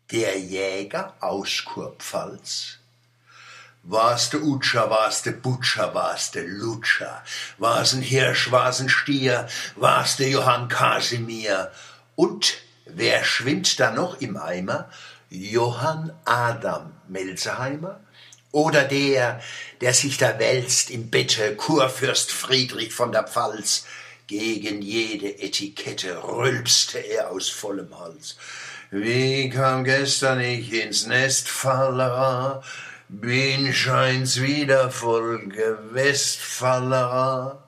Der Jäger aus Kurpfalz? War's der Utscher, war's der Butcher, war's der Lutscher, war's ein Hirsch, war's ein Stier, war's der Johann Kasimir? Und wer schwimmt da noch im Eimer? Johann Adam Melzerheimer? Oder der sich da wälzt im Bette, Kurfürst Friedrich von der Pfalz? Gegen jede Etikette rülpste er aus vollem Hals. Wie kam gestern ich ins Nest, Fallerer, bin scheint's wieder Folge Westfallerer.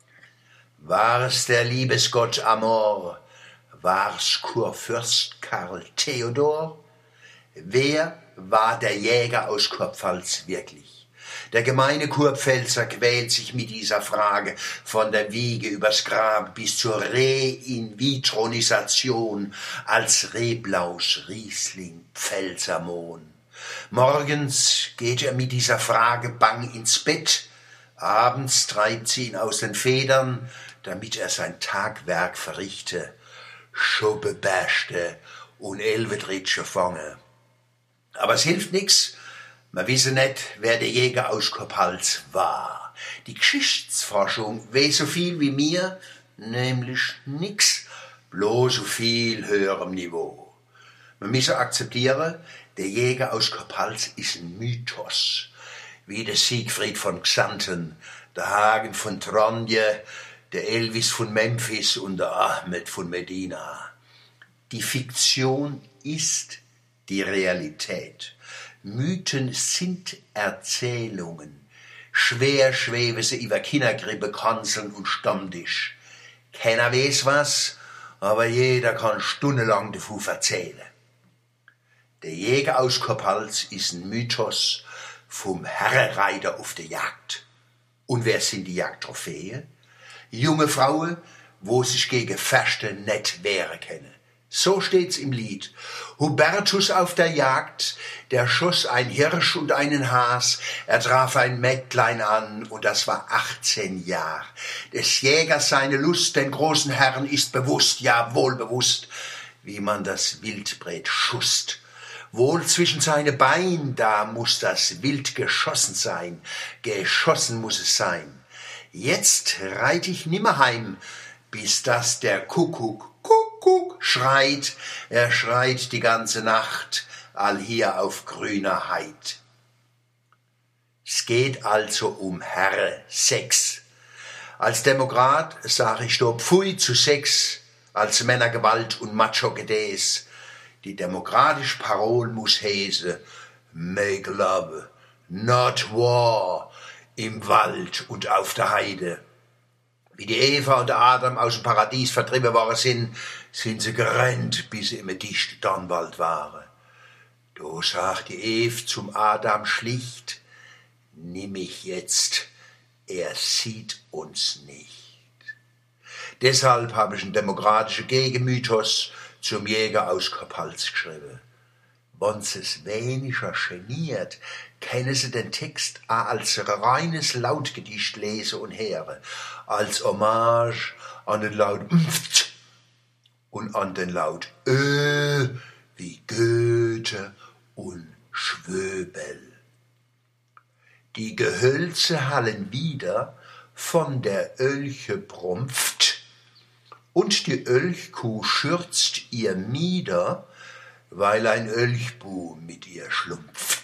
War's der Liebesgott Amor, war's Kurfürst Karl Theodor? Wer war der Jäger aus Kurpfalz wirklich? Der gemeine Kurpfälzer quält sich mit dieser Frage von der Wiege übers Grab bis zur Reinvitronisation als Reblaus, Riesling, Pfälzermohn. Morgens geht er mit dieser Frage bang ins Bett, abends treibt sie ihn aus den Federn, damit er sein Tagwerk verrichte, Schubbe bärste und Elvedritsche fange. Aber es hilft nix, man wisse nicht, wer der Jäger aus Kurpfalz war. Die Geschichtsforschung weiß so viel wie mir, nämlich nix, bloß so viel höherem Niveau. Man müsse akzeptieren, der Jäger aus Kurpfalz ist ein Mythos, wie der Siegfried von Xanten, der Hagen von Tronje, der Elvis von Memphis und der Ahmed von Medina. Die Fiktion ist die Realität. Mythen sind Erzählungen. Schwer schweben sie über Kindergrippe, Kanzeln und Stammtisch. Keiner weiß was, aber jeder kann stundenlang davon erzählen. Der Jäger aus Kurpfalz ist ein Mythos vom Herrenreiter auf der Jagd. Und wer sind die Jagdtrophäen? Junge Frauen, wo sich gegen Fäste nicht wehren können. So steht's im Lied. Hubertus auf der Jagd, der schoss ein Hirsch und einen Has, er traf ein Mägdlein an, und das war 18 Jahr. Des Jägers seine Lust den großen Herren ist bewusst, ja wohl bewusst, wie man das Wildbret schusst. Wohl zwischen seine Bein, da muss das Wild geschossen sein, geschossen muss es sein. Jetzt reit ich nimmer heim, bis dass der Kuckuck schreit, er schreit die ganze Nacht, allhier auf grüner Heid. Es geht also um Herrensex. Als Demokrat sag ich doch Pfui zu Sex, als Männergewalt und Macho-Gedäß. Die demokratische Parole muss heißen, make love, not war, im Wald und auf der Heide. Wie die Eva und der Adam aus dem Paradies vertrieben worden sind sie gerannt, bis sie im dichten Dornwald waren. Da sagt die Eve zum Adam schlicht, nimm mich jetzt, er sieht uns nicht. Deshalb habe ich einen demokratischen Gegenmythos zum Jäger aus Kurpfalz geschrieben. Wenn sie es weniger geniert, können sie den Text auch als reines Lautgedicht lesen und hören, als Hommage an den Laut Mpft und an den Laut wie Goethe und Schwöbel. Die Gehölze hallen wieder, von der Ölche brumpft, und die Ölchkuh schürzt ihr Mieder, weil ein Ölchbu mit ihr schlumpft.